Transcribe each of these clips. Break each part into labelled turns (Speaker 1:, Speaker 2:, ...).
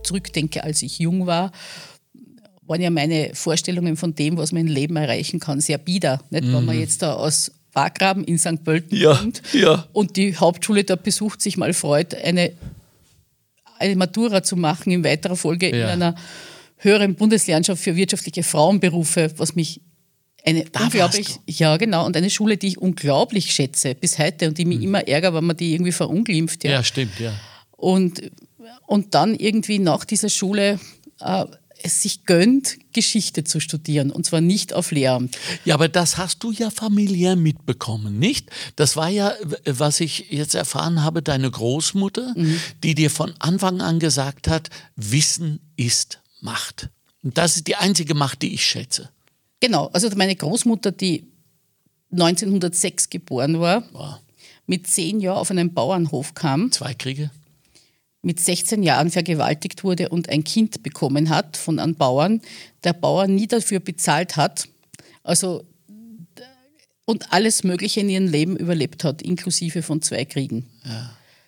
Speaker 1: zurückdenke, als ich jung war, waren ja meine Vorstellungen von dem, was man im Leben erreichen kann, sehr bieder. Nicht? Wenn man jetzt da aus Wagraben in St. Pölten kommt und die Hauptschule dort besucht, sich mal freut, eine Matura zu machen, in weiterer Folge in einer höheren Bundeslehrerschaft für wirtschaftliche Frauenberufe, was mich und eine Schule, die ich unglaublich schätze bis heute und die mich immer ärgert, wenn man die irgendwie verunglimpft.
Speaker 2: Ja, stimmt, ja.
Speaker 1: Und dann irgendwie nach dieser Schule es sich gönnt, Geschichte zu studieren, und zwar nicht auf Lehramt.
Speaker 2: Ja, aber das hast du ja familiär mitbekommen, nicht? Das war ja, was ich jetzt erfahren habe, deine Großmutter, die dir von Anfang an gesagt hat, Wissen ist Macht. Und das ist die einzige Macht, die ich schätze.
Speaker 1: Genau, also meine Großmutter, die 1906 geboren war, mit 10 Jahren auf einen Bauernhof kam.
Speaker 2: 2 Kriege.
Speaker 1: Mit 16 Jahren vergewaltigt wurde und ein Kind bekommen hat von einem Bauern, der Bauer nie dafür bezahlt hat, also und alles Mögliche in ihrem Leben überlebt hat, inklusive von 2 Kriegen.
Speaker 2: Ja.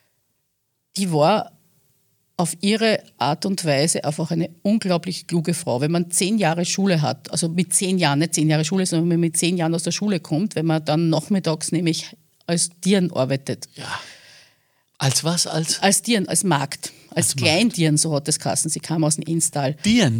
Speaker 1: Die war auf ihre Art und Weise einfach eine unglaublich kluge Frau. Wenn man 10 Jahre Schule hat, also mit 10 Jahren, nicht 10 Jahre Schule, sondern wenn man mit 10 Jahren aus der Schule kommt, wenn man dann nachmittags nämlich als Dirn arbeitet.
Speaker 2: Ja. Als was?
Speaker 1: Als Dirn, als Magd. Als Kleindirn, so hat es geheißen. Sie kam aus dem Innstal.
Speaker 2: Dirn,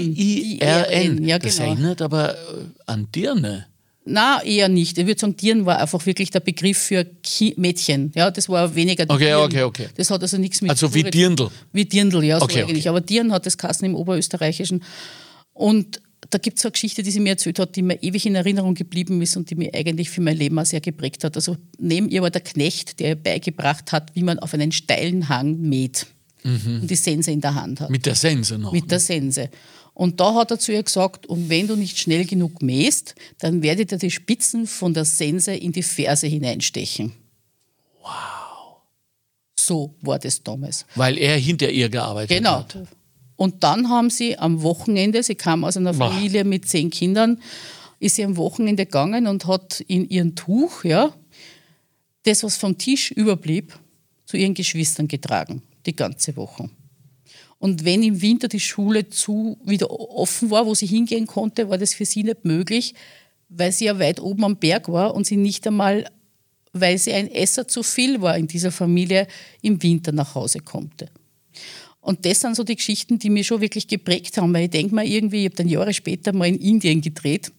Speaker 2: D-I-R-N.
Speaker 1: Ja,
Speaker 2: das
Speaker 1: genau.
Speaker 2: erinnert aber an Dirne.
Speaker 1: Na, eher nicht. Ich würde sagen, Dirn war einfach wirklich der Begriff für Mädchen. Ja, das war weniger Dirn.
Speaker 2: Okay.
Speaker 1: Das hat also nichts mit...
Speaker 2: Also wie Dirndl.
Speaker 1: Wie Dirndl, ja, so
Speaker 2: Okay.
Speaker 1: eigentlich. Aber Dirn hat das geheißen im Oberösterreichischen. Und da gibt es eine Geschichte, die sie mir erzählt hat, die mir ewig in Erinnerung geblieben ist und die mich eigentlich für mein Leben auch sehr geprägt hat. Also neben ihr war der Knecht, der ihr beigebracht hat, wie man auf einen steilen Hang mäht und die Sense in der Hand hat.
Speaker 2: Mit der Sense noch.
Speaker 1: Mit der Sense. Und da hat er zu ihr gesagt, und wenn du nicht schnell genug mähst, dann werde dir die Spitzen von der Sense in die Ferse hineinstechen.
Speaker 2: Wow.
Speaker 1: So war das damals.
Speaker 2: Weil er hinter ihr gearbeitet hat.
Speaker 1: Genau. Und dann haben sie am Wochenende, sie kam aus einer Familie mit 10 Kindern, ist sie am Wochenende gegangen und hat in ihrem Tuch, das, was vom Tisch überblieb, zu ihren Geschwistern getragen, die ganze Woche. Und wenn im Winter die Schule wieder offen war, wo sie hingehen konnte, war das für sie nicht möglich, weil sie ja weit oben am Berg war und sie nicht einmal, weil sie ein Esser zu viel war in dieser Familie, im Winter nach Hause konnte. Und das sind so die Geschichten, die mich schon wirklich geprägt haben, weil ich denke mir irgendwie, ich habe dann Jahre später mal in Indien gedreht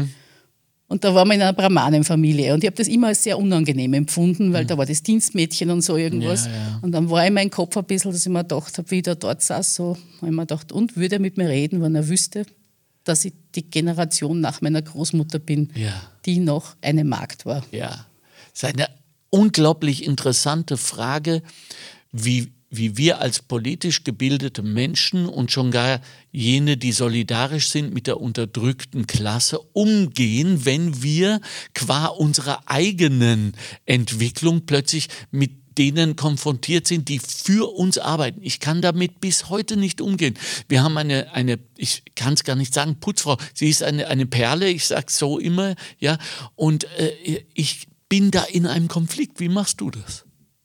Speaker 1: und da waren wir in einer Brahmanenfamilie und ich habe das immer als sehr unangenehm empfunden, weil da war das Dienstmädchen und so irgendwas.
Speaker 2: Ja.
Speaker 1: Und dann war in meinem Kopf ein bisschen, dass ich mir gedacht habe, wie ich da dort saß, so habe ich mir gedacht, und würde er mit mir reden, wenn er wüsste, dass ich die Generation nach meiner Großmutter bin, die noch eine Magd war.
Speaker 2: Ja, das ist eine unglaublich interessante Frage, wie wir als politisch gebildete Menschen und schon gar jene, die solidarisch sind mit der unterdrückten Klasse, umgehen, wenn wir qua unserer eigenen Entwicklung plötzlich mit denen konfrontiert sind, die für uns arbeiten. Ich kann damit bis heute nicht umgehen. Wir haben eine ich kann es gar nicht sagen, Putzfrau. Sie ist eine Perle, ich sage so immer, ja. Und ich bin da in einem Konflikt. Wie machst du das?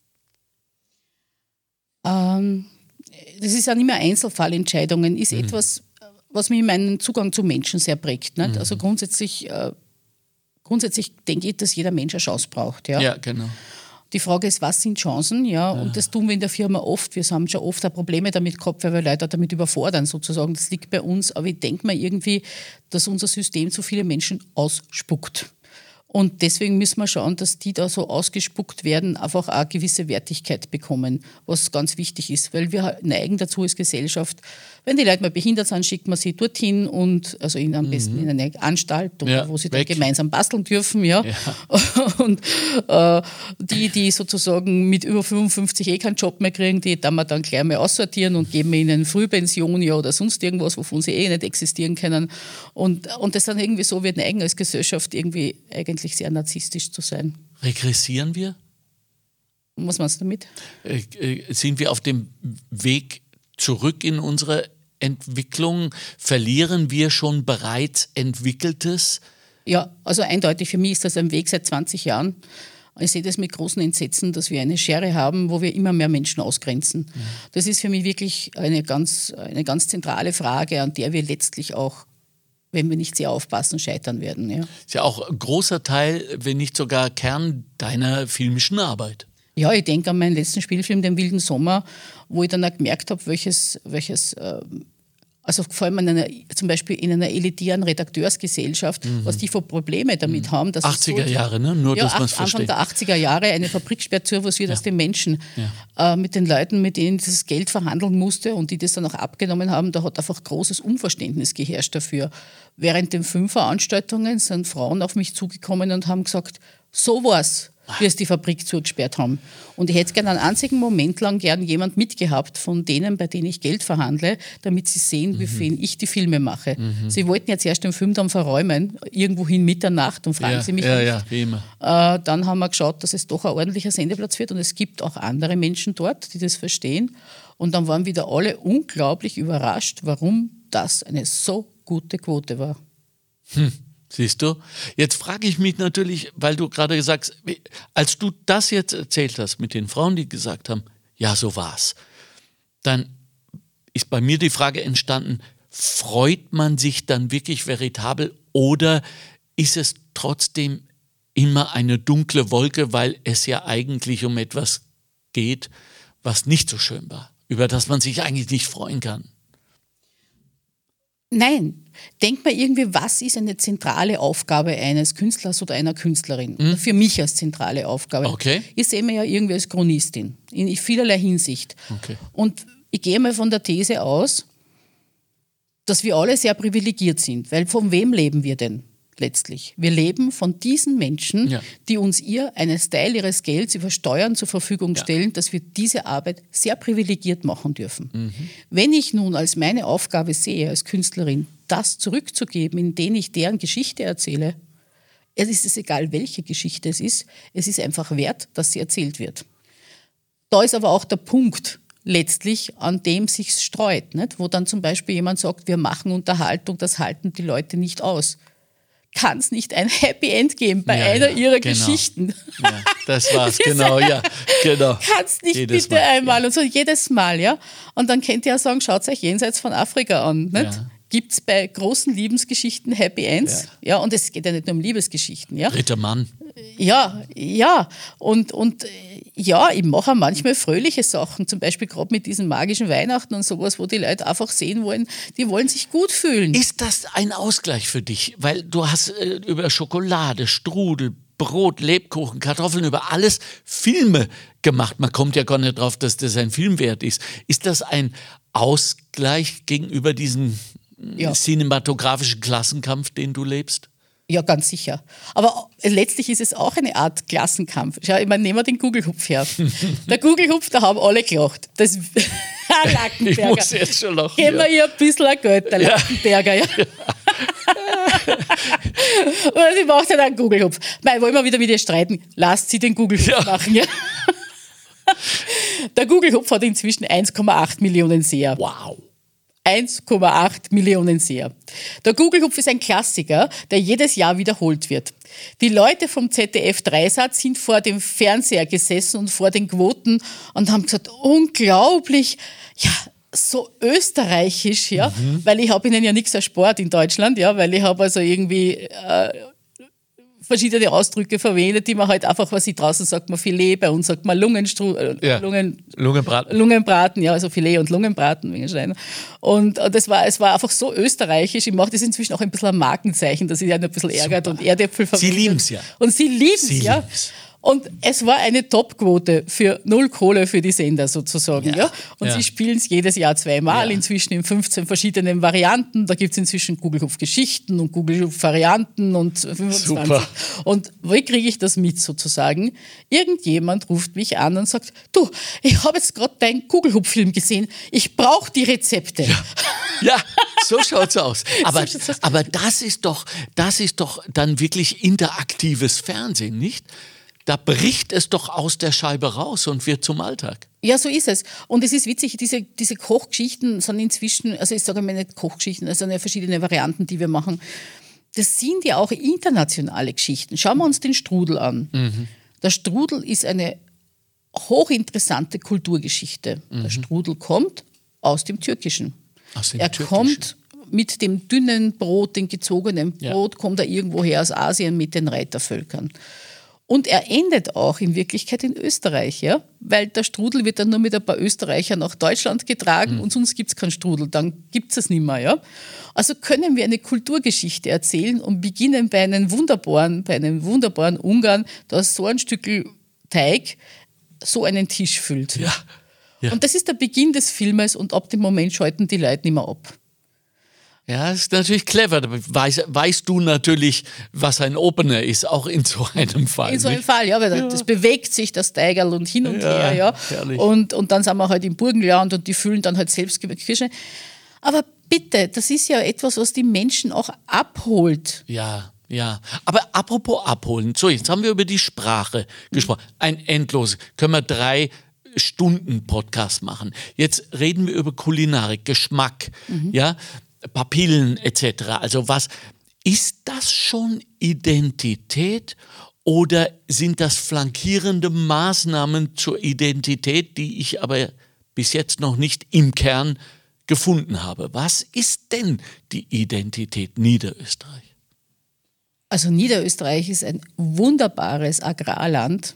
Speaker 1: Das ist ja nicht mehr Einzelfallentscheidungen, ist etwas, was mich in meinem Zugang zu Menschen sehr prägt. Nicht? Also grundsätzlich denke ich, dass jeder Mensch eine Chance braucht. Ja,
Speaker 2: genau.
Speaker 1: Die Frage ist, was sind Chancen? Ja, und das tun wir in der Firma oft. Wir haben schon oft auch Probleme damit gehabt, weil wir Leute damit überfordern sozusagen. Das liegt bei uns, aber ich denke mir irgendwie, dass unser System zu viele Menschen ausspuckt. Und deswegen müssen wir schauen, dass die da so ausgespuckt werden, einfach auch eine gewisse Wertigkeit bekommen, was ganz wichtig ist, weil wir neigen dazu als Gesellschaft, wenn die Leute mal behindert sind, schickt man sie dorthin und also am besten in eine Anstalt, wo sie dann gemeinsam basteln dürfen. Ja. Und die sozusagen mit über 55 keinen Job mehr kriegen, die dann wir dann gleich mal aussortieren und geben ihnen Frühpension oder sonst irgendwas, wovon sie nicht existieren können. Und das dann irgendwie so, wir neigen als Gesellschaft irgendwie eigentlich sehr narzisstisch zu sein.
Speaker 2: Regressieren wir?
Speaker 1: Was meinst du damit?
Speaker 2: Sind wir auf dem Weg zurück in unsere Entwicklung? Verlieren wir schon bereits Entwickeltes?
Speaker 1: Ja, also eindeutig für mich ist das ein Weg seit 20 Jahren. Ich sehe das mit großem Entsetzen, dass wir eine Schere haben, wo wir immer mehr Menschen ausgrenzen. Ja. Das ist für mich wirklich eine ganz zentrale Frage, an der wir letztlich auch, wenn wir nicht sehr aufpassen, scheitern werden. Ja.
Speaker 2: Ist ja auch ein großer Teil, wenn nicht sogar Kern deiner filmischen Arbeit.
Speaker 1: Ja, ich denke an meinen letzten Spielfilm, Den wilden Sommer, wo ich dann auch gemerkt habe, also vor allem zum Beispiel in einer elitären Redakteursgesellschaft, was die für Probleme damit haben. Dass
Speaker 2: 80er Jahre, ne? Nur, dass man es versteht.
Speaker 1: Anfang der 80er Jahre, eine Fabrik sperrt zu, was wird aus den Menschen mit den Leuten, mit denen das Geld verhandeln musste und die das dann auch abgenommen haben, da hat einfach großes Unverständnis geherrscht dafür. Während den 5 Veranstaltungen sind Frauen auf mich zugekommen und haben gesagt, so war's, wie es die Fabrik zugesperrt haben. Und ich hätte gerne einen einzigen Moment lang gern jemand mitgehabt von denen, bei denen ich Geld verhandle, damit sie sehen, wie viel ich die Filme mache. Sie wollten jetzt erst den Film dann verräumen, irgendwohin Mitternacht und fragen sie mich nicht.
Speaker 2: Ja, wie immer.
Speaker 1: Dann haben wir geschaut, dass es doch ein ordentlicher Sendeplatz wird und es gibt auch andere Menschen dort, die das verstehen. Und dann waren wieder alle unglaublich überrascht, warum das eine so gute Quote war.
Speaker 2: Siehst du? Jetzt frage ich mich natürlich, weil du gerade gesagt hast, als du das jetzt erzählt hast mit den Frauen, die gesagt haben, ja, so war's, dann ist bei mir die Frage entstanden, freut man sich dann wirklich veritabel oder ist es trotzdem immer eine dunkle Wolke, weil es ja eigentlich um etwas geht, was nicht so schön war, über das man sich eigentlich nicht freuen kann?
Speaker 1: Nein, denk mal irgendwie, was ist eine zentrale Aufgabe eines Künstlers oder einer Künstlerin? Für mich als zentrale Aufgabe.
Speaker 2: Okay.
Speaker 1: Ich sehe mich ja irgendwie als Chronistin, in vielerlei Hinsicht.
Speaker 2: Okay.
Speaker 1: Und ich gehe mal von der These aus, dass wir alle sehr privilegiert sind, weil von wem leben wir denn letztlich? Wir leben von diesen Menschen, die uns einen Teil ihres Gelds über Steuern zur Verfügung stellen, dass wir diese Arbeit sehr privilegiert machen dürfen. Wenn ich nun als meine Aufgabe sehe, als Künstlerin, das zurückzugeben, indem ich deren Geschichte erzähle, es ist egal, welche Geschichte es ist einfach wert, dass sie erzählt wird. Da ist aber auch der Punkt, letztlich, an dem sich's streut, nicht? Wo dann zum Beispiel jemand sagt, wir machen Unterhaltung, das halten die Leute nicht aus. Kann es nicht ein Happy End geben bei einer ihrer Geschichten?
Speaker 2: Ja, das war's, genau.
Speaker 1: Kann es nicht jedes bitte Mal, einmal und so jedes Mal, ja? Und dann könnt ihr ja sagen, schaut euch Jenseits von Afrika an, nicht? Ja. Gibt es bei großen Liebesgeschichten Happy Ends? Ja, und es geht ja nicht nur um Liebesgeschichten, ja?
Speaker 2: Dritter Mann.
Speaker 1: Ja. Und ja, ich mache auch manchmal fröhliche Sachen, zum Beispiel gerade mit diesen magischen Weihnachten und sowas, wo die Leute einfach sehen wollen, die wollen sich gut fühlen.
Speaker 2: Ist das ein Ausgleich für dich? Weil du hast über Schokolade, Strudel, Brot, Lebkuchen, Kartoffeln, über alles Filme gemacht. Man kommt ja gar nicht drauf, dass das ein Film wert ist. Ist das ein Ausgleich gegenüber diesem cinematografischen Klassenkampf, den du lebst?
Speaker 1: Ja, ganz sicher. Aber letztlich ist es auch eine Art Klassenkampf. Schau, ich meine, nehmen wir den Gugelhupf her. Der Gugelhupf, da haben alle gelacht. Das Lackenberger.
Speaker 2: Ich muss jetzt schon lachen.
Speaker 1: Geben wir ihr ein bisschen Geld, der Lackenberger. Ja. Und sie macht halt einen Gugelhupf. Wollen wir wieder mit ihr streiten? Lasst sie den Gugelhupf machen. Ja. Der Gugelhupf hat inzwischen 1,8 Millionen Seher.
Speaker 2: Wow.
Speaker 1: 1,8 Millionen Seher. Der Gugelhupf ist ein Klassiker, der jedes Jahr wiederholt wird. Die Leute vom ZDF Dreisat sind vor dem Fernseher gesessen und vor den Quoten und haben gesagt, unglaublich, ja, so österreichisch, ja, weil ich habe ihnen ja nichts erspart in Deutschland, ja, weil ich habe also irgendwie verschiedene Ausdrücke verwendet, die man halt einfach, was ich draußen sagt, man Filet, bei uns sagt man Lungenbraten, ja, also Filet und Lungenbraten. Und es war einfach so österreichisch. Ich mache das inzwischen auch ein bisschen ein Markenzeichen, dass ich ja ein bisschen ärgert und Erdäpfel verwendet.
Speaker 2: Sie lieben es ja.
Speaker 1: Und sie lieben es, ja. Und es war eine Topquote für 0 Kohle für die Sender sozusagen. Ja. Und sie spielen es jedes Jahr 2-mal, inzwischen in 15 verschiedenen Varianten. Da gibt es inzwischen Gugelhupf-Geschichten und Gugelhupf-Varianten und 25. Super. Und wie kriege ich das mit sozusagen? Irgendjemand ruft mich an und sagt, du, ich habe jetzt gerade deinen Gugelhupf-Film gesehen, ich brauche die Rezepte.
Speaker 2: Ja, so schaut's aus. Aber das ist doch dann wirklich interaktives Fernsehen, nicht? Da bricht es doch aus der Scheibe raus und wird zum Alltag.
Speaker 1: Ja, so ist es. Und es ist witzig, diese Kochgeschichten sind inzwischen, also ich sage mal nicht Kochgeschichten, es sind ja verschiedene Varianten, die wir machen. Das sind ja auch internationale Geschichten. Schauen wir uns den Strudel an. Der Strudel ist eine hochinteressante Kulturgeschichte. Der Strudel kommt aus dem Türkischen. Kommt mit dem dünnen Brot, dem gezogenen Brot, kommt er irgendwoher aus Asien mit den Reitervölkern. Und er endet auch in Wirklichkeit in Österreich, ja? Weil der Strudel wird dann nur mit ein paar Österreichern nach Deutschland getragen und sonst gibt es keinen Strudel, dann gibt es nicht mehr. Ja? Also können wir eine Kulturgeschichte erzählen und beginnen bei einem wunderbaren Ungarn, das so ein Stück Teig so einen Tisch füllt.
Speaker 2: Ja. Ja.
Speaker 1: Und das ist der Beginn des Filmes und ab dem Moment schalten die Leute nicht mehr ab.
Speaker 2: Ja, das ist natürlich clever. Da weißt du natürlich, was ein Opener ist, auch in so einem Fall.
Speaker 1: In so einem Fall, ja, weil das bewegt sich, das Teigerl und hin und her. Ja. Und dann sind wir halt im Burgenland und die füllen dann halt selbst Kirsche. Aber bitte, das ist ja etwas, was die Menschen auch abholt.
Speaker 2: Ja. Aber apropos abholen, so jetzt haben wir über die Sprache gesprochen. Ein endloses, können wir 3 Stunden Podcast machen. Jetzt reden wir über Kulinarik, Geschmack, ja, Papillen etc. Also was, ist das schon Identität oder sind das flankierende Maßnahmen zur Identität, die ich aber bis jetzt noch nicht im Kern gefunden habe? Was ist denn die Identität Niederösterreich?
Speaker 1: Also Niederösterreich ist ein wunderbares Agrarland,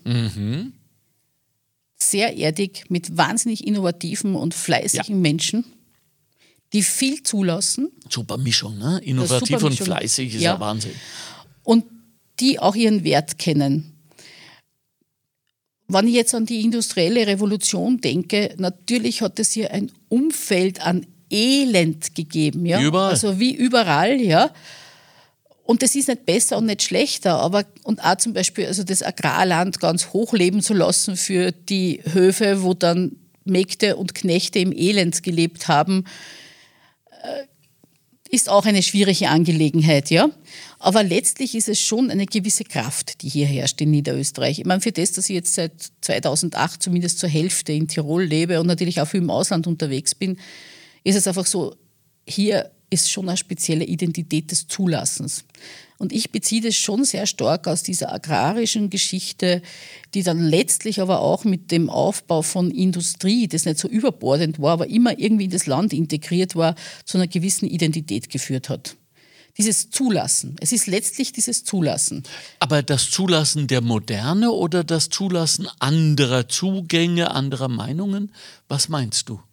Speaker 1: sehr erdig, mit wahnsinnig innovativen und fleißigen Menschen, die viel zulassen.
Speaker 2: Super Mischung, ne? Innovativ und fleißig ist ja Wahnsinn.
Speaker 1: Und die auch ihren Wert kennen. Wenn ich jetzt an die industrielle Revolution denke, natürlich hat es hier ein Umfeld an Elend gegeben. Ja?
Speaker 2: Überall.
Speaker 1: Also wie überall, ja. Und das ist nicht besser und nicht schlechter, aber und auch zum Beispiel also das Agrarland ganz hochleben zu lassen für die Höfe, wo dann Mägde und Knechte im Elend gelebt haben, ist auch eine schwierige Angelegenheit, ja. Aber letztlich ist es schon eine gewisse Kraft, die hier herrscht in Niederösterreich. Ich meine, für das, dass ich jetzt seit 2008 zumindest zur Hälfte in Tirol lebe und natürlich auch viel im Ausland unterwegs bin, ist es einfach so, hier ist schon eine spezielle Identität des Zulassens. Und ich beziehe das schon sehr stark aus dieser agrarischen Geschichte, die dann letztlich aber auch mit dem Aufbau von Industrie, das nicht so überbordend war, aber immer irgendwie in das Land integriert war, zu einer gewissen Identität geführt hat. Dieses Zulassen. Es ist letztlich dieses Zulassen.
Speaker 2: Aber das Zulassen der Moderne oder das Zulassen anderer Zugänge, anderer Meinungen? Was meinst du?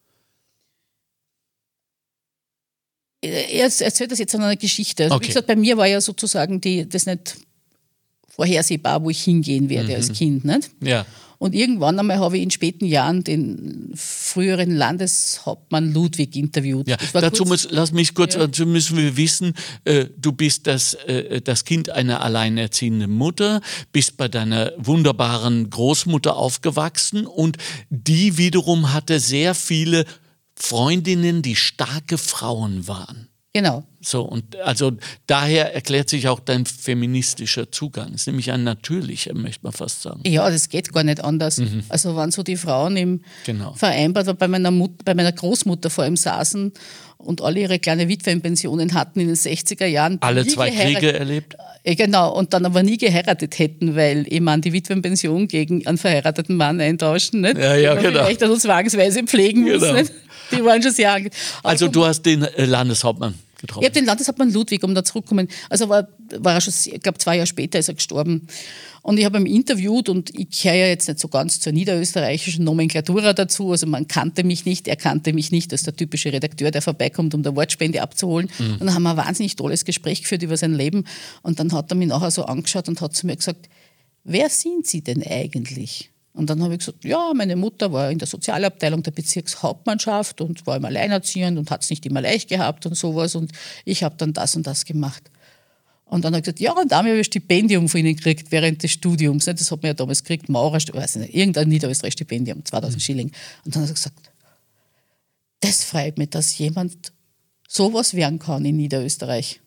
Speaker 1: Er erzählt das jetzt an einer Geschichte. Also
Speaker 2: okay.
Speaker 1: Wie gesagt, bei mir war ja sozusagen das nicht vorhersehbar, wo ich hingehen werde als Kind. Nicht?
Speaker 2: Ja.
Speaker 1: Und irgendwann einmal habe ich in späten Jahren den früheren Landeshauptmann Ludwig interviewt.
Speaker 2: Ja. Dazu müssen wir wissen, du bist das Kind einer alleinerziehenden Mutter, bist bei deiner wunderbaren Großmutter aufgewachsen und die wiederum hatte sehr viele Freundinnen, die starke Frauen waren.
Speaker 1: Genau.
Speaker 2: So, und also daher erklärt sich auch dein feministischer Zugang. Das ist nämlich ein natürlicher, möchte man fast sagen.
Speaker 1: Ja, das geht gar nicht anders. Also wenn so die Frauen im vereinbart, bei meiner Großmutter vor allem saßen und alle ihre kleine Witwenpensionen hatten in den 60er Jahren.
Speaker 2: Alle 2 Kriege erlebt?
Speaker 1: Genau, und dann aber nie geheiratet hätten, weil ich meine, die Witwenpension gegen einen verheirateten Mann eintauschen, nicht?
Speaker 2: Ja, genau.
Speaker 1: Vielleicht dann uns zwangsweise pflegen muss, nicht? Die waren schon sehr angenehm.
Speaker 2: Also du hast den Landeshauptmann getroffen?
Speaker 1: Ich habe den Landeshauptmann Ludwig, um da zurückzukommen. Also war er schon, ich glaube 2 Jahre später ist er gestorben. Und ich habe ihn interviewt und ich gehöre ja jetzt nicht so ganz zur niederösterreichischen Nomenklatura dazu. Also man kannte mich nicht, er kannte mich nicht. Das ist der typische Redakteur, der vorbeikommt, um der Wortspende abzuholen. Und dann haben wir ein wahnsinnig tolles Gespräch geführt über sein Leben. Und dann hat er mich nachher so angeschaut und hat zu mir gesagt, wer sind Sie denn eigentlich? Und dann habe ich gesagt, ja, meine Mutter war in der Sozialabteilung der Bezirkshauptmannschaft und war immer alleinerziehend und hat es nicht immer leicht gehabt und sowas. Und ich habe dann das und das gemacht. Und dann hat er gesagt, ja, und da habe ich ein Stipendium von Ihnen gekriegt während des Studiums. Das hat man ja damals gekriegt, irgendein Niederösterreich-Stipendium, 2000 Schilling. Und dann hat er gesagt, das freut mich, dass jemand sowas werden kann in Niederösterreich.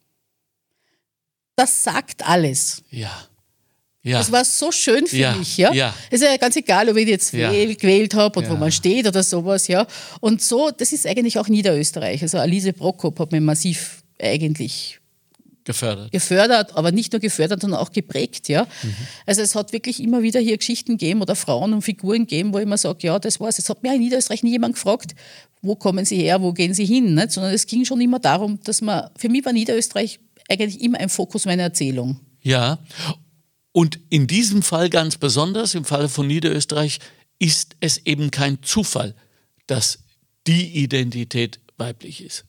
Speaker 1: Das sagt alles.
Speaker 2: Ja.
Speaker 1: Das war so schön für mich. Ja?
Speaker 2: Ja.
Speaker 1: Es ist ja ganz egal, ob ich jetzt gewählt habe und wo man steht oder sowas. Ja? Und so, das ist eigentlich auch Niederösterreich. Also Alice Prokop hat mir massiv eigentlich gefördert, aber nicht nur gefördert, sondern auch geprägt. Ja? Also es hat wirklich immer wieder hier Geschichten gegeben oder Frauen und Figuren gegeben, wo ich immer sage, ja, das war's. Es hat mir in Niederösterreich nie jemand gefragt, wo kommen Sie her, wo gehen Sie hin? Nicht? Sondern es ging schon immer darum, für mich war Niederösterreich eigentlich immer ein Fokus meiner Erzählung.
Speaker 2: Ja, und in diesem Fall ganz besonders, im Falle von Niederösterreich, ist es eben kein Zufall, dass die Identität weiblich ist.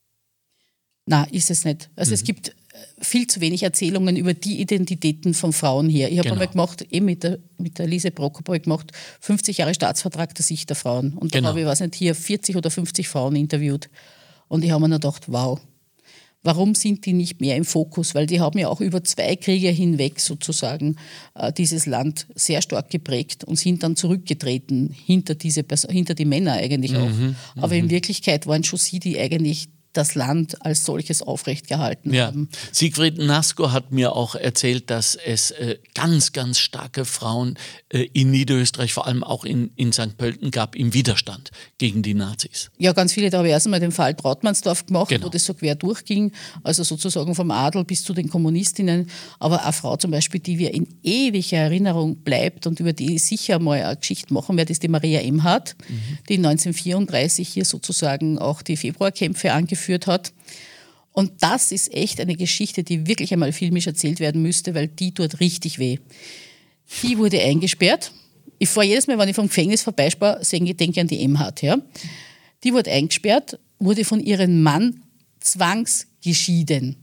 Speaker 1: Na, ist es nicht. Also es gibt viel zu wenig Erzählungen über die Identitäten von Frauen hier. Ich habe einmal gemacht, mit der Lise Prokop habe ich gemacht, 50 Jahre Staatsvertrag der Sicht der Frauen. Und da habe ich, weiß nicht, hier 40 oder 50 Frauen interviewt. Und ich habe mir dann gedacht, wow, warum sind die nicht mehr im Fokus? Weil die haben ja auch über 2 Kriege hinweg sozusagen dieses Land sehr stark geprägt und sind dann zurückgetreten hinter die Männer eigentlich auch. Aber in Wirklichkeit waren schon sie, die eigentlich das Land als solches aufrecht gehalten haben.
Speaker 2: Siegfried Nasco hat mir auch erzählt, dass es ganz, ganz starke Frauen in Niederösterreich, vor allem auch in St. Pölten gab, im Widerstand gegen die Nazis.
Speaker 1: Ja, ganz viele. Da habe ich erst einmal den Fall Trautmannsdorf gemacht, wo das so quer durchging, also sozusagen vom Adel bis zu den Kommunistinnen. Aber eine Frau zum Beispiel, die wir in ewiger Erinnerung bleibt und über die ich sicher mal eine Geschichte machen werde, ist die Maria Emhardt, die 1934 hier sozusagen auch die Februarkämpfe angeführt hat. Und das ist echt eine Geschichte, die wirklich einmal filmisch erzählt werden müsste, weil die tut richtig weh. Die wurde eingesperrt. Ich fahre jedes Mal, wenn ich vom Gefängnis vorbeispare, denke ich an die Emhardt. Ja. Die wurde eingesperrt, wurde von ihrem Mann zwangsgeschieden.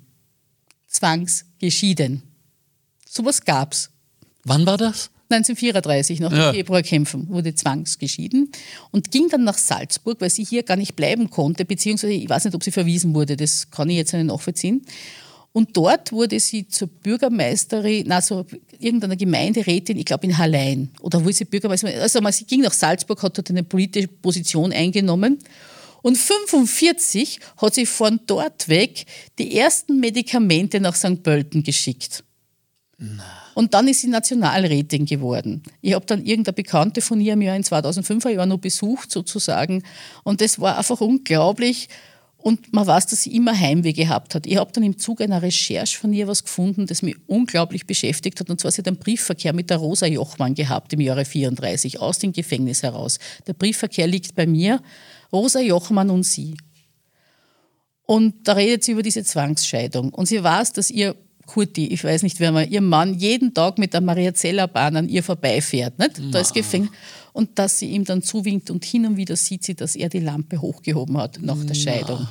Speaker 1: Zwangsgeschieden. Sowas gab's.
Speaker 2: Wann war das?
Speaker 1: 1934, nach den Februarkämpfen, wurde zwangsgeschieden und ging dann nach Salzburg, weil sie hier gar nicht bleiben konnte, beziehungsweise ich weiß nicht, ob sie verwiesen wurde, das kann ich jetzt nicht nachvollziehen. Und dort wurde sie zur Bürgermeisterin, irgendeiner Gemeinderätin, ich glaube in Hallein, oder wo sie Bürgermeisterin, also sie ging nach Salzburg, hat dort eine politische Position eingenommen. Und 1945 hat sie von dort weg die ersten Medikamente nach St. Pölten geschickt. Und dann ist sie Nationalrätin geworden. Ich habe dann irgendeine Bekannte von ihr im Jahr in 2005 noch besucht sozusagen und das war einfach unglaublich und man weiß, dass sie immer Heimweh gehabt hat. Ich habe dann im Zuge einer Recherche von ihr was gefunden, das mich unglaublich beschäftigt hat und zwar sie hat einen Briefverkehr mit der Rosa Jochmann gehabt im Jahre 1934 aus dem Gefängnis heraus. Der Briefverkehr liegt bei mir, Rosa Jochmann und sie. Und da redet sie über diese Zwangsscheidung und sie weiß, dass ihr Kurti, ich weiß nicht, wer mal, ihr Mann jeden Tag mit der Mariazellerbahn an ihr vorbeifährt. Nicht? Da ist Gefängnis. Und dass sie ihm dann zuwinkt und hin und wieder sieht sie, dass er die Lampe hochgehoben hat nach der Scheidung.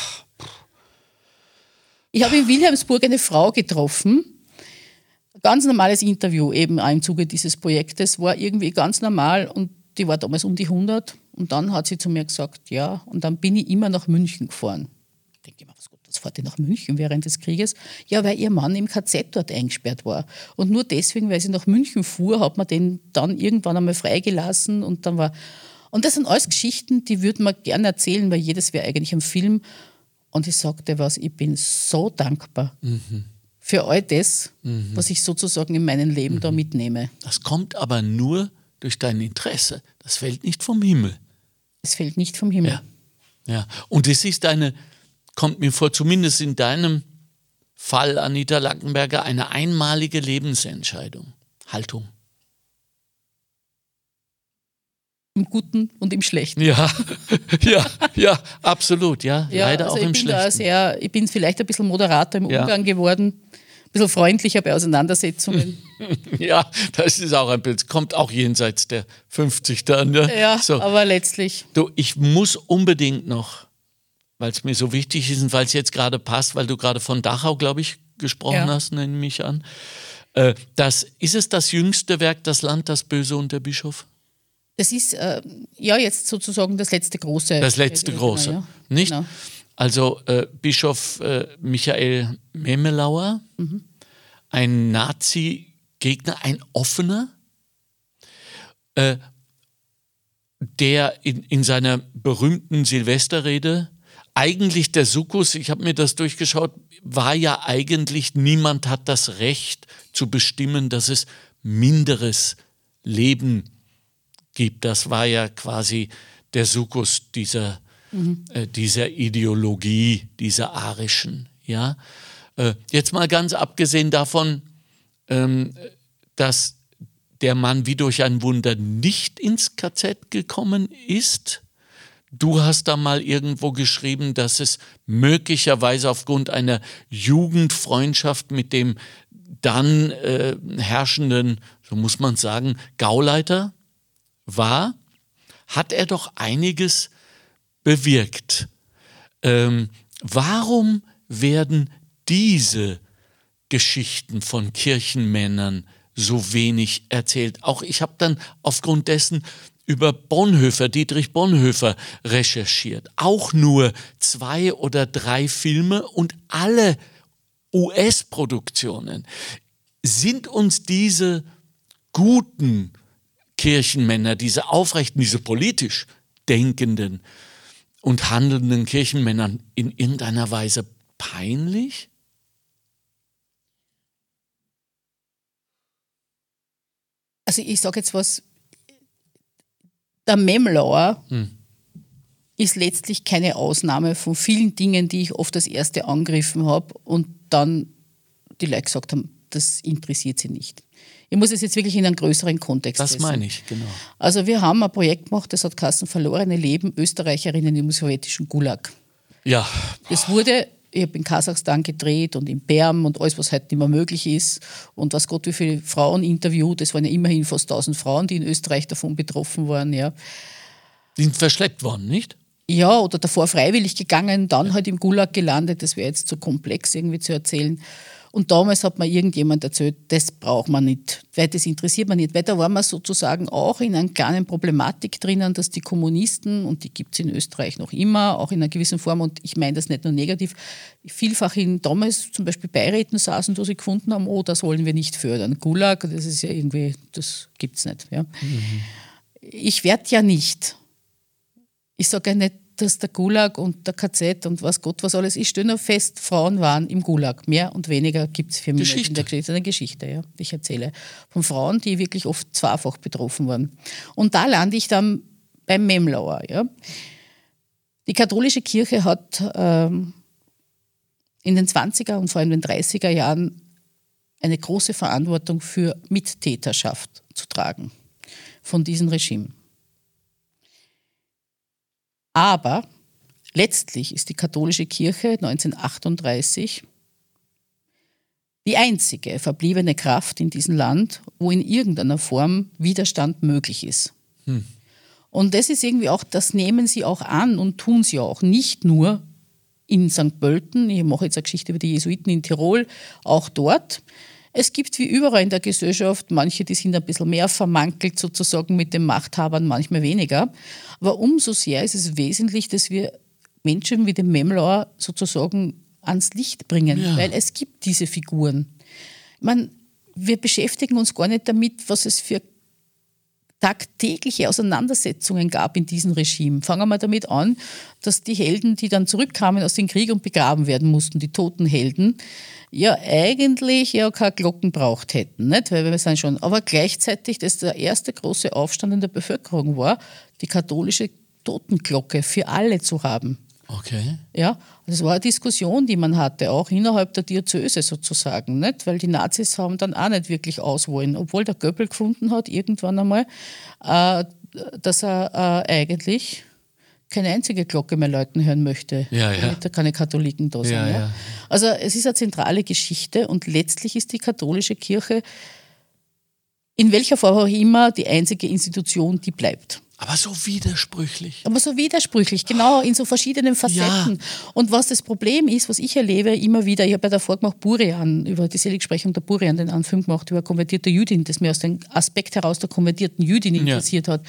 Speaker 1: Ich habe in Wilhelmsburg eine Frau getroffen, ganz normales Interview eben auch im Zuge dieses Projektes, war irgendwie ganz normal und die war damals um die 100 und dann hat sie zu mir gesagt, ja, und dann bin ich immer nach München gefahren. Ich denke immer, was fährt ihr nach München während des Krieges? Ja, weil ihr Mann im KZ dort eingesperrt war. Und nur deswegen, weil sie nach München fuhr, hat man den dann irgendwann einmal freigelassen und dann war... Und das sind alles Geschichten, die würde man gerne erzählen, weil jedes wäre eigentlich ein Film. Und ich sagte was, ich bin so dankbar für all das, was ich sozusagen in meinem Leben da mitnehme.
Speaker 2: Das kommt aber nur durch dein Interesse. Das fällt nicht vom Himmel.
Speaker 1: Es fällt nicht vom Himmel.
Speaker 2: Ja. Und es ist kommt mir vor, zumindest in deinem Fall, Anita Lackenberger, eine einmalige Lebensentscheidung, Haltung.
Speaker 1: Im Guten und im Schlechten.
Speaker 2: Ja, absolut, ja leider also auch im Schlechten.
Speaker 1: Ich bin vielleicht ein bisschen moderater im Umgang geworden, ein bisschen freundlicher bei Auseinandersetzungen.
Speaker 2: Ja, das ist auch ein Bild, kommt auch jenseits der 50 dann. Ne?
Speaker 1: Ja, so. Aber letztlich.
Speaker 2: Du, ich muss unbedingt noch, weil es mir so wichtig ist und weil es jetzt gerade passt, weil du gerade von Dachau, glaube ich, gesprochen hast, nenne ich an. Ist es das jüngste Werk, Das Land, das Böse und der Bischof?
Speaker 1: Das ist jetzt sozusagen das letzte große.
Speaker 2: Das letzte große, ja. Nicht? Genau. Also Bischof Michael Memelauer, ein Nazi-Gegner, ein offener, der in seiner berühmten Silvesterrede eigentlich der Sukkus, ich habe mir das durchgeschaut, war ja eigentlich, niemand hat das Recht zu bestimmen, dass es minderes Leben gibt. Das war ja quasi der Sukkus dieser Ideologie, dieser arischen. Ja? Jetzt mal ganz abgesehen davon, dass der Mann wie durch ein Wunder nicht ins KZ gekommen ist. Du hast da mal irgendwo geschrieben, dass es möglicherweise aufgrund einer Jugendfreundschaft mit dem dann herrschenden, so muss man sagen, Gauleiter war. Hat er doch einiges bewirkt. Warum werden diese Geschichten von Kirchenmännern so wenig erzählt? Auch ich habe dann aufgrund dessen über Dietrich Bonhoeffer recherchiert. Auch nur 2 oder 3 Filme und alle US-Produktionen. Sind uns diese guten Kirchenmänner, diese aufrechten, diese politisch denkenden und handelnden Kirchenmänner in irgendeiner Weise peinlich?
Speaker 1: Also ich sage jetzt was, der Memlauer ist letztlich keine Ausnahme von vielen Dingen, die ich oft als erste angegriffen habe und dann die Leute gesagt haben, das interessiert sie nicht. Ich muss es jetzt wirklich in einen größeren Kontext
Speaker 2: Das
Speaker 1: setzen.
Speaker 2: meine ich, genau.
Speaker 1: Also wir haben ein Projekt gemacht, das hat geheißen Verlorene Leben Österreicherinnen im sowjetischen Gulag.
Speaker 2: Ja.
Speaker 1: Das wurde, ich habe in Kasachstan gedreht und in Perm und alles, was heute nicht mehr möglich ist. Und was Gott, wie viele Frauen interviewt, das waren ja immerhin fast 1000 Frauen, die in Österreich davon betroffen waren. Ja.
Speaker 2: Die sind verschleppt worden, nicht?
Speaker 1: Ja, oder davor freiwillig gegangen, dann halt im Gulag gelandet. Das wäre jetzt zu komplex irgendwie zu erzählen. Und damals hat mir irgendjemand erzählt, das braucht man nicht, weil das interessiert man nicht. Weil da waren wir sozusagen auch in einer kleinen Problematik drinnen, dass die Kommunisten, und die gibt es in Österreich noch immer, auch in einer gewissen Form, und ich meine das nicht nur negativ, vielfach in damals zum Beispiel Beiräten saßen, wo sie gefunden haben, oh, das wollen wir nicht fördern. Gulag, das ist ja irgendwie, das gibt es nicht. Ja. Ich werde ja nicht. Ich sage ja nicht, dass der Gulag und der KZ und was Gott was alles ist. Ich stelle nur fest, Frauen waren im Gulag. Mehr und weniger gibt es für mich in der Geschichte. Eine Geschichte, ja. Ich erzähle von Frauen, die wirklich oft zweifach betroffen waren. Und da lande ich dann beim Memlauer. Ja. Die katholische Kirche hat in den 20er und vor allem in den 30er Jahren eine große Verantwortung für Mittäterschaft zu tragen von diesem Regime. Aber letztlich ist die katholische Kirche 1938 die einzige verbliebene Kraft in diesem Land, wo in irgendeiner Form Widerstand möglich ist. Und das ist irgendwie auch, das nehmen sie auch an und tun sie auch. Nicht nur in St. Pölten, ich mache jetzt eine Geschichte über die Jesuiten in Tirol, auch dort. Es gibt wie überall in der Gesellschaft manche, die sind ein bisschen mehr vermankelt sozusagen mit den Machthabern, manchmal weniger. Aber umso sehr ist es wesentlich, dass wir Menschen wie den Memlauer sozusagen ans Licht bringen, weil es gibt diese Figuren. Wir beschäftigen uns gar nicht damit, was es für tagtägliche Auseinandersetzungen gab in diesem Regime. Fangen wir mal damit an, dass die Helden, die dann zurückkamen aus dem Krieg und begraben werden mussten, die toten Helden, ja eigentlich ja keine Glocken braucht hätten, nicht? Weil wir sind schon, aber gleichzeitig, dass der erste große Aufstand in der Bevölkerung war, die katholische Totenglocke für alle zu haben.
Speaker 2: Okay.
Speaker 1: Ja, das war eine Diskussion, die man hatte, auch innerhalb der Diözese sozusagen, nicht? Weil die Nazis haben dann auch nicht wirklich auswollen, obwohl der Goebbels gefunden hat, irgendwann einmal, dass er eigentlich keine einzige Glocke mehr läuten hören möchte, damit da keine Katholiken da sind. Ja. Also es ist eine zentrale Geschichte und letztlich ist die katholische Kirche in welcher Form auch immer die einzige Institution, die bleibt.
Speaker 2: Aber so widersprüchlich.
Speaker 1: Genau, in so verschiedenen Facetten. Ja. Und was das Problem ist, was ich erlebe immer wieder, ich habe ja davor gemacht Burian, über die Seligsprechung der Burian, den Film gemacht über konvertierte Jüdin, das mir aus dem Aspekt heraus der konvertierten Jüdin interessiert hat.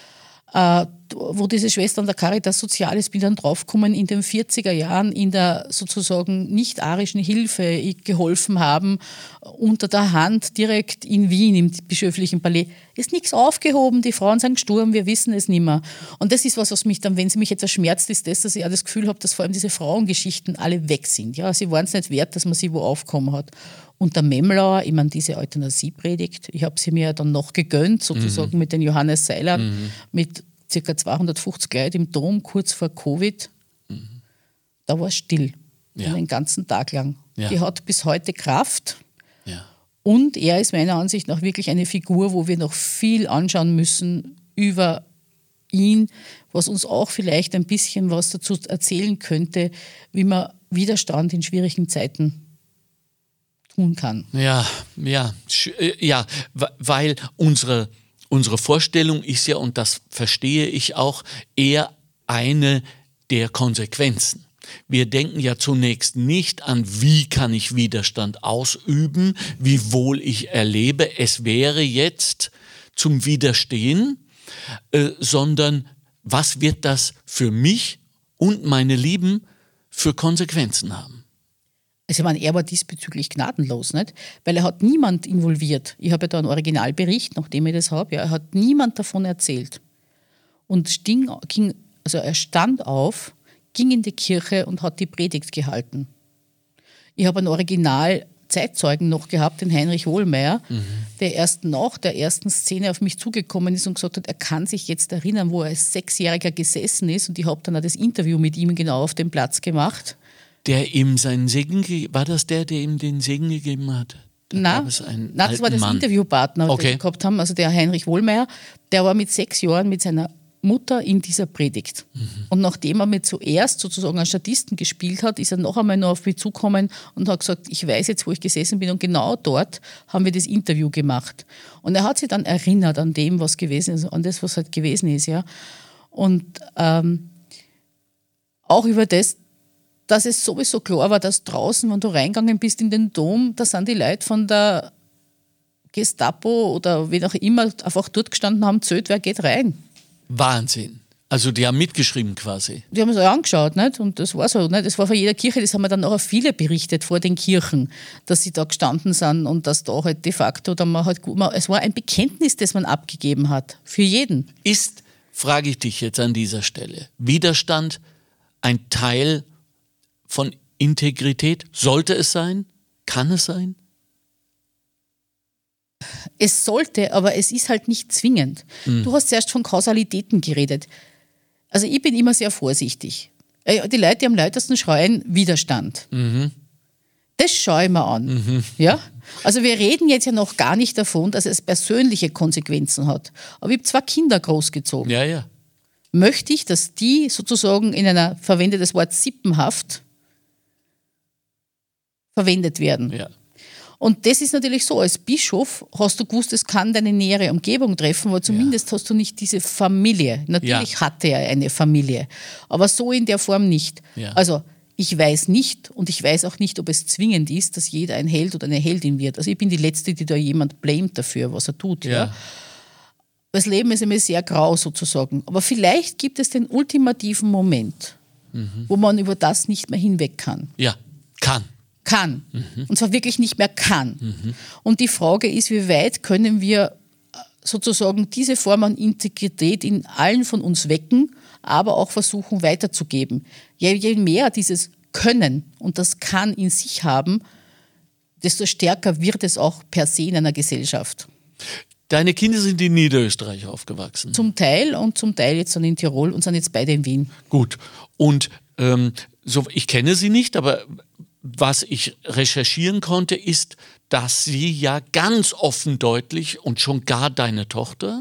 Speaker 1: Wo diese Schwestern der Caritas Socialis bin dann draufgekommen, in den 40er Jahren in der sozusagen nicht-arischen Hilfe geholfen haben, unter der Hand direkt in Wien im bischöflichen Palais. Ist nichts aufgehoben, die Frauen sind gestorben, wir wissen es nicht mehr. Und das ist was mich dann, wenn es mich etwas schmerzt, ist das, dass ich auch das Gefühl habe, dass vor allem diese Frauengeschichten alle weg sind. Ja, sie waren es nicht wert, dass man sie wo aufgekommen hat. Und der Memlauer, ich meine, diese Euthanasiepredigt, ich habe sie mir dann noch gegönnt, sozusagen mit den Johannes Seilern, mit ca. 250 Leuten im Dom, kurz vor Covid. Da war es still.
Speaker 2: Ja.
Speaker 1: Den ganzen Tag lang.
Speaker 2: Ja.
Speaker 1: Die hat bis heute Kraft.
Speaker 2: Ja.
Speaker 1: Und er ist meiner Ansicht nach wirklich eine Figur, wo wir noch viel anschauen müssen über ihn, was uns auch vielleicht ein bisschen was dazu erzählen könnte, wie man Widerstand in schwierigen Zeiten tun kann.
Speaker 2: Ja, weil unsere Vorstellung ist ja, und das verstehe ich auch, eher eine der Konsequenzen. Wir denken ja zunächst nicht an, wie kann ich Widerstand ausüben, wie wohl ich erlebe, es wäre jetzt zum Widerstehen, sondern was wird das für mich und meine Lieben für Konsequenzen haben?
Speaker 1: Also ich meine, er war diesbezüglich gnadenlos, nicht? Weil er hat niemand involviert. Ich habe ja da einen Originalbericht, nachdem ich das habe, er hat niemand davon erzählt. Und er stand auf, ging in die Kirche und hat die Predigt gehalten. Ich habe einen Original-Zeitzeugen noch gehabt, den Heinrich Wohlmeier, der erst nach der ersten Szene auf mich zugekommen ist und gesagt hat, er kann sich jetzt erinnern, wo er als 6-Jähriger gesessen ist, und ich habe dann auch das Interview mit ihm genau auf dem Platz gemacht.
Speaker 2: Der ihm seinen Segen, war das der ihm den Segen gegeben hat?
Speaker 1: Nein, das war das Interviewpartner, den wir gehabt haben, also der Heinrich Wohlmeier, der war mit 6 Jahren mit seiner Mutter in dieser Predigt. Und nachdem er mir zuerst sozusagen einen Statisten gespielt hat, ist er noch einmal noch auf mich zugekommen und hat gesagt, ich weiß jetzt, wo ich gesessen bin, und genau dort haben wir das Interview gemacht. Und er hat sich dann erinnert an dem, was gewesen ist, an das, was halt gewesen ist, ja. Und auch über das, dass es sowieso klar war, dass draußen, wenn du reingegangen bist in den Dom, da sind die Leute von der Gestapo oder wen auch immer einfach dort gestanden haben, zählt, wer geht rein.
Speaker 2: Wahnsinn. Also die haben mitgeschrieben quasi.
Speaker 1: Die haben es auch angeschaut, nicht? Und das war so. Nicht? Das war vor jeder Kirche, das haben mir dann nachher viele berichtet vor den Kirchen, dass sie da gestanden sind und dass da halt de facto, es war ein Bekenntnis, das man abgegeben hat, für jeden.
Speaker 2: Ist, frage ich dich jetzt an dieser Stelle, Widerstand ein Teil von Integrität? Sollte es sein? Kann es sein?
Speaker 1: Es sollte, aber es ist halt nicht zwingend. Du hast zuerst von Kausalitäten geredet. Also ich bin immer sehr vorsichtig. Die Leute, die am lautesten schreien, Widerstand. Das schaue ich mir an. Ja? Also wir reden jetzt ja noch gar nicht davon, dass es persönliche Konsequenzen hat. Aber ich habe 2 Kinder großgezogen.
Speaker 2: Ja, ja.
Speaker 1: Möchte ich, dass die sozusagen in einer, verwende das Wort sippenhaft, verwendet werden.
Speaker 2: Ja.
Speaker 1: Und das ist natürlich so, als Bischof hast du gewusst, es kann deine nähere Umgebung treffen, aber zumindest hast du nicht diese Familie. Natürlich hatte er eine Familie, aber so in der Form nicht.
Speaker 2: Ja.
Speaker 1: Also ich weiß nicht, und ich weiß auch nicht, ob es zwingend ist, dass jeder ein Held oder eine Heldin wird. Also ich bin die Letzte, die da jemand blamet dafür, was er tut. Ja. Das Leben ist immer sehr grau sozusagen. Aber vielleicht gibt es den ultimativen Moment, wo man über das nicht mehr hinweg kann.
Speaker 2: Ja, kann.
Speaker 1: Und zwar wirklich nicht mehr kann. Und die Frage ist, wie weit können wir sozusagen diese Form an Integrität in allen von uns wecken, aber auch versuchen weiterzugeben. Je mehr dieses Können und das Kann in sich haben, desto stärker wird es auch per se in einer Gesellschaft.
Speaker 2: Deine Kinder sind in Niederösterreich aufgewachsen?
Speaker 1: Zum Teil, und zum Teil jetzt dann in Tirol und sind jetzt beide in Wien.
Speaker 2: Gut. Und ich kenne sie nicht, aber was ich recherchieren konnte, ist, dass sie ja ganz offen deutlich und schon gar deine Tochter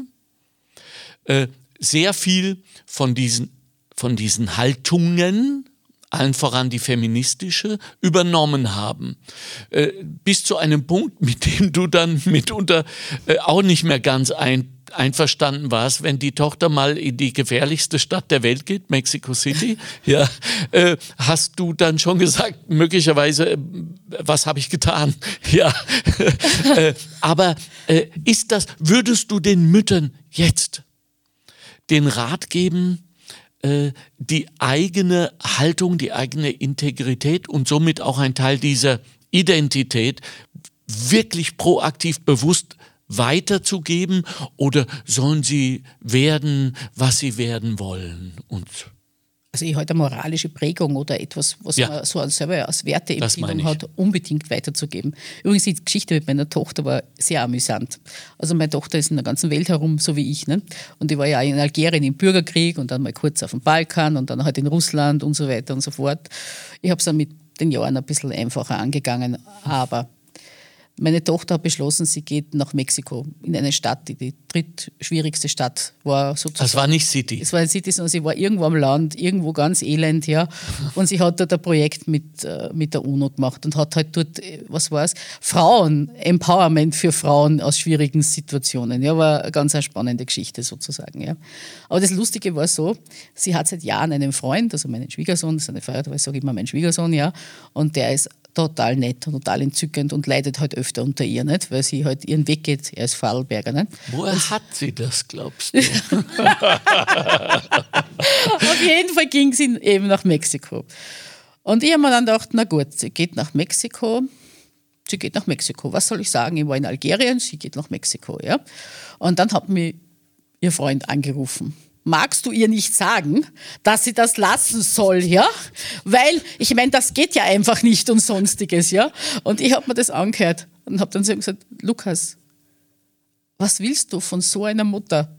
Speaker 2: sehr viel von diesen Haltungen, allen voran die feministische, übernommen haben. Bis zu einem Punkt, mit dem du dann mitunter auch nicht mehr ganz einverstanden warst, wenn die Tochter mal in die gefährlichste Stadt der Welt geht, Mexico City, ja, hast du dann schon gesagt, möglicherweise, was habe ich getan? Ja, aber würdest du den Müttern jetzt den Rat geben, die eigene Haltung, die eigene Integrität und somit auch ein Teil dieser Identität wirklich proaktiv bewusst weiterzugeben, oder sollen sie werden, was sie werden wollen?
Speaker 1: Also ich halte eine moralische Prägung oder etwas, was man so selber als Werteempfindung hat, unbedingt weiterzugeben. Übrigens, die Geschichte mit meiner Tochter war sehr amüsant. Also meine Tochter ist in der ganzen Welt herum, so wie ich. Ne? Und ich war ja in Algerien im Bürgerkrieg und dann mal kurz auf dem Balkan und dann halt in Russland und so weiter und so fort. Ich habe es dann mit den Jahren ein bisschen einfacher angegangen. Aber meine Tochter hat beschlossen, sie geht nach Mexiko, in eine Stadt, die drittschwierigste Stadt war sozusagen.
Speaker 2: Das war nicht City.
Speaker 1: Es war ein City, sondern sie war irgendwo am Land, irgendwo ganz elend, ja. Und sie hat dort ein Projekt mit der UNO gemacht und hat halt dort, was war es? Empowerment für Frauen aus schwierigen Situationen. Ja, war eine ganz spannende Geschichte sozusagen, ja. Aber das Lustige war so, sie hat seit Jahren einen Freund, also meinen Schwiegersohn, das ist eine Feiertag, ich sage immer mein Schwiegersohn, ja. Und der ist total nett und total entzückend und leidet halt öfter unter ihr, nicht? Weil sie halt ihren Weg geht, er ist Vorarlberger. Nicht?
Speaker 2: Woher hat sie das, glaubst du?
Speaker 1: Auf jeden Fall ging sie eben nach Mexiko. Und ich habe mir dann gedacht, na gut, sie geht nach Mexiko. Was soll ich sagen? Ich war in Algerien, sie geht nach Mexiko. Ja? Und dann hat mich ihr Freund angerufen. Magst du ihr nicht sagen, dass sie das lassen soll, ja? Weil, ich meine, das geht ja einfach nicht und Sonstiges, ja? Und ich habe mir das angehört und habe dann so gesagt, Lukas, was willst du von so einer Mutter?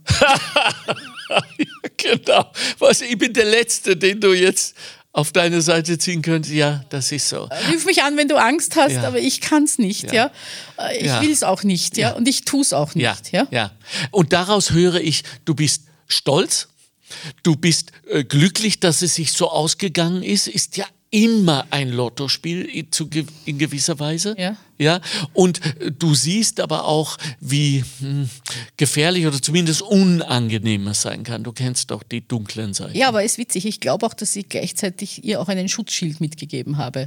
Speaker 2: Genau. Ich bin der Letzte, den du jetzt auf deine Seite ziehen könntest. Ja, das ist so.
Speaker 1: Ruf mich an, wenn du Angst hast, aber ich kann es nicht, ja? Ich will es auch nicht, ja? Und ich tue es auch nicht,
Speaker 2: ja. Und daraus höre ich, du bist stolz, du bist glücklich, dass es sich so ausgegangen ist ja immer ein Lottospiel in gewisser Weise. Ja? Und du siehst aber auch, wie gefährlich oder zumindest unangenehm es sein kann. Du kennst doch die dunklen Seiten.
Speaker 1: Ja, aber es ist witzig. Ich glaube auch, dass ich gleichzeitig ihr auch einen Schutzschild mitgegeben habe.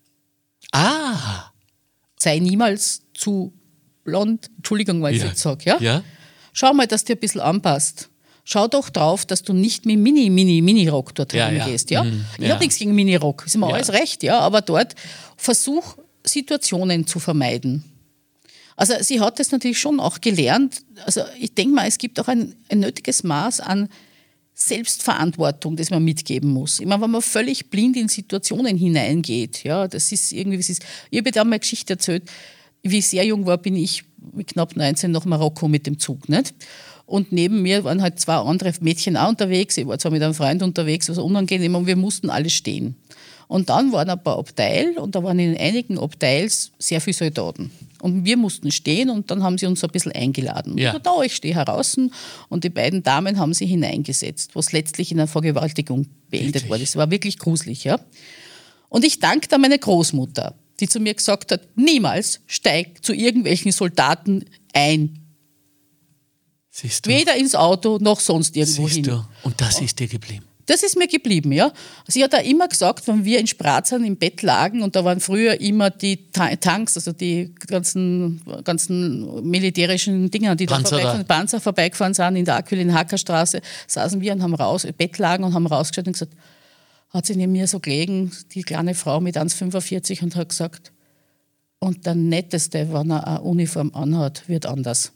Speaker 2: Ah.
Speaker 1: Sei niemals zu blond, Entschuldigung, weil ich jetzt sage. Ja? Schau mal, dass dir ein bisschen anpasst. Schau doch drauf, dass du nicht mit Mini-Rock dort reingehst. Ja? Ich habe nichts gegen Mini-Rock, ist mir alles recht, ja? Aber dort versuch, Situationen zu vermeiden. Also sie hat das natürlich schon auch gelernt. Also ich denke mal, es gibt auch ein nötiges Maß an Selbstverantwortung, das man mitgeben muss. Ich meine, wenn man völlig blind in Situationen hineingeht, ja, das ist irgendwie, ich habe da mal eine Geschichte erzählt, wie ich sehr jung war, bin ich mit knapp 19 nach Marokko mit dem Zug, nicht? Und neben mir waren halt 2 andere Mädchen auch unterwegs. Ich war zwar mit einem Freund unterwegs, was unangenehm, und wir mussten alle stehen. Und dann waren ein paar Abteile und da waren in einigen Abteils sehr viele Soldaten. Und wir mussten stehen und dann haben sie uns ein bisschen eingeladen. Ja. Und ich stehe heraus und die beiden Damen haben sie hineingesetzt, was letztlich in einer Vergewaltigung beendet war. Das war wirklich gruselig. Ja? Und ich danke da meine Großmutter, die zu mir gesagt hat, niemals steig zu irgendwelchen Soldaten ein.
Speaker 2: Siehst du?
Speaker 1: Weder ins Auto noch sonst irgendwo hin.
Speaker 2: Du? Und das ist dir geblieben?
Speaker 1: Das ist mir geblieben, ja. Sie hat da immer gesagt, wenn wir in Spratzern im Bett lagen und da waren früher immer die Tanks, also die ganzen militärischen Dinger, die Panzer vorbeigefahren sind in der Aquilin-Hacker-Straße, saßen wir und haben im Bett lagen und haben rausgeschaut und gesagt, hat sie neben mir so gelegen, die kleine Frau mit 1,45 und hat gesagt, und der Netteste, wenn er eine Uniform anhat, wird anders.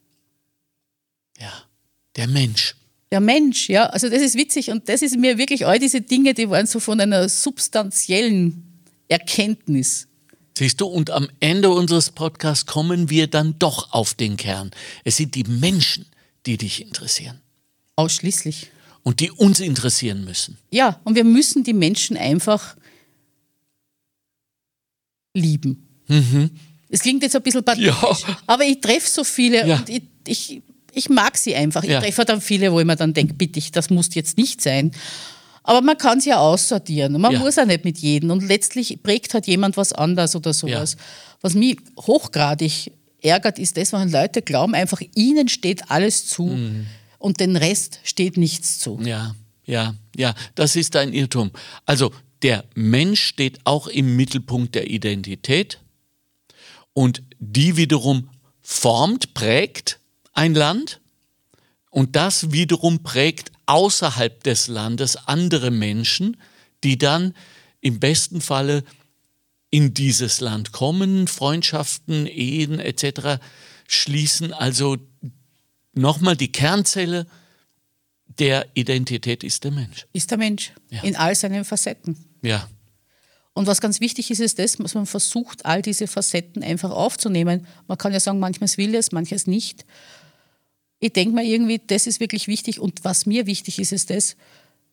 Speaker 2: Ja, der Mensch.
Speaker 1: Der Mensch, ja, also das ist witzig und das ist mir wirklich, all diese Dinge, die waren so von einer substanziellen Erkenntnis.
Speaker 2: Siehst du, und am Ende unseres Podcasts kommen wir dann doch auf den Kern. Es sind die Menschen, die dich interessieren.
Speaker 1: Ausschließlich.
Speaker 2: Und die uns interessieren müssen.
Speaker 1: Ja, und wir müssen die Menschen einfach lieben. Es klingt jetzt ein bisschen pathetisch, aber ich treffe so viele und ich mag sie einfach. Ich treffe dann viele, wo ich mir dann denke, bitte, das muss jetzt nicht sein. Aber man kann sie ja aussortieren. Man muss ja nicht mit jedem. Und letztlich prägt halt jemand was anderes oder sowas. Ja. Was mich hochgradig ärgert, ist das, wenn Leute glauben, einfach ihnen steht alles zu und den Rest steht nichts zu.
Speaker 2: Ja, das ist ein Irrtum. Also der Mensch steht auch im Mittelpunkt der Identität und die wiederum prägt ein Land und das wiederum prägt außerhalb des Landes andere Menschen, die dann im besten Falle in dieses Land kommen, Freundschaften, Ehen etc. schließen. Also nochmal die Kernzelle der Identität ist der Mensch.
Speaker 1: Ist der Mensch, in all seinen Facetten.
Speaker 2: Ja.
Speaker 1: Und was ganz wichtig ist, ist das, dass man versucht, all diese Facetten einfach aufzunehmen. Man kann ja sagen, manches will es, manches nicht. Ich denke mal irgendwie, das ist wirklich wichtig. Und was mir wichtig ist, ist das,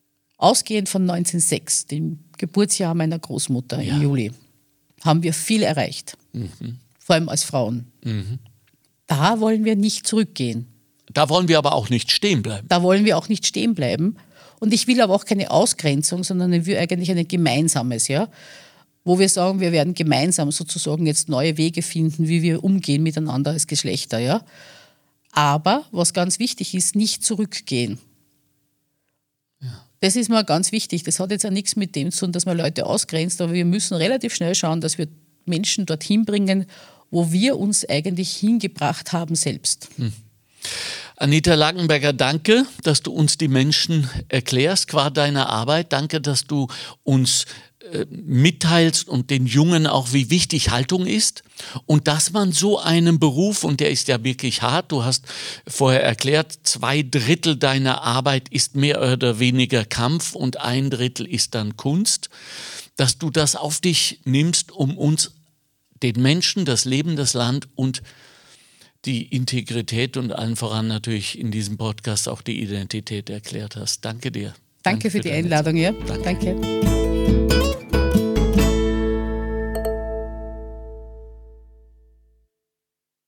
Speaker 1: Ausgehend von 1906, dem Geburtsjahr meiner Großmutter im Juli, haben wir viel erreicht. Vor allem als Frauen. Da wollen wir nicht zurückgehen.
Speaker 2: Da wollen wir aber auch nicht stehen bleiben.
Speaker 1: Da wollen wir auch nicht stehen bleiben. Und ich will aber auch keine Ausgrenzung, sondern ich will eigentlich ein gemeinsames, ja, wo wir sagen, wir werden gemeinsam sozusagen jetzt neue Wege finden, wie wir umgehen miteinander als Geschlechter. Ja. Aber was ganz wichtig ist, nicht zurückgehen. Ja. Das ist mir ganz wichtig. Das hat jetzt auch nichts mit dem zu tun, dass man Leute ausgrenzt, aber wir müssen relativ schnell schauen, dass wir Menschen dorthin bringen, wo wir uns eigentlich hingebracht haben selbst.
Speaker 2: Anita Langenberger, danke, dass du uns die Menschen erklärst qua deiner Arbeit. Danke, dass du uns mitteilst und den Jungen auch, wie wichtig Haltung ist und dass man so einen Beruf, und der ist ja wirklich hart, du hast vorher erklärt, 2/3 deiner Arbeit ist mehr oder weniger Kampf und 1/3 ist dann Kunst, dass du das auf dich nimmst, um uns, den Menschen, das Leben, das Land und die Integrität und allen voran natürlich in diesem Podcast auch die Identität erklärt hast. Danke dir.
Speaker 1: Danke für die Einladung. Ja. Danke.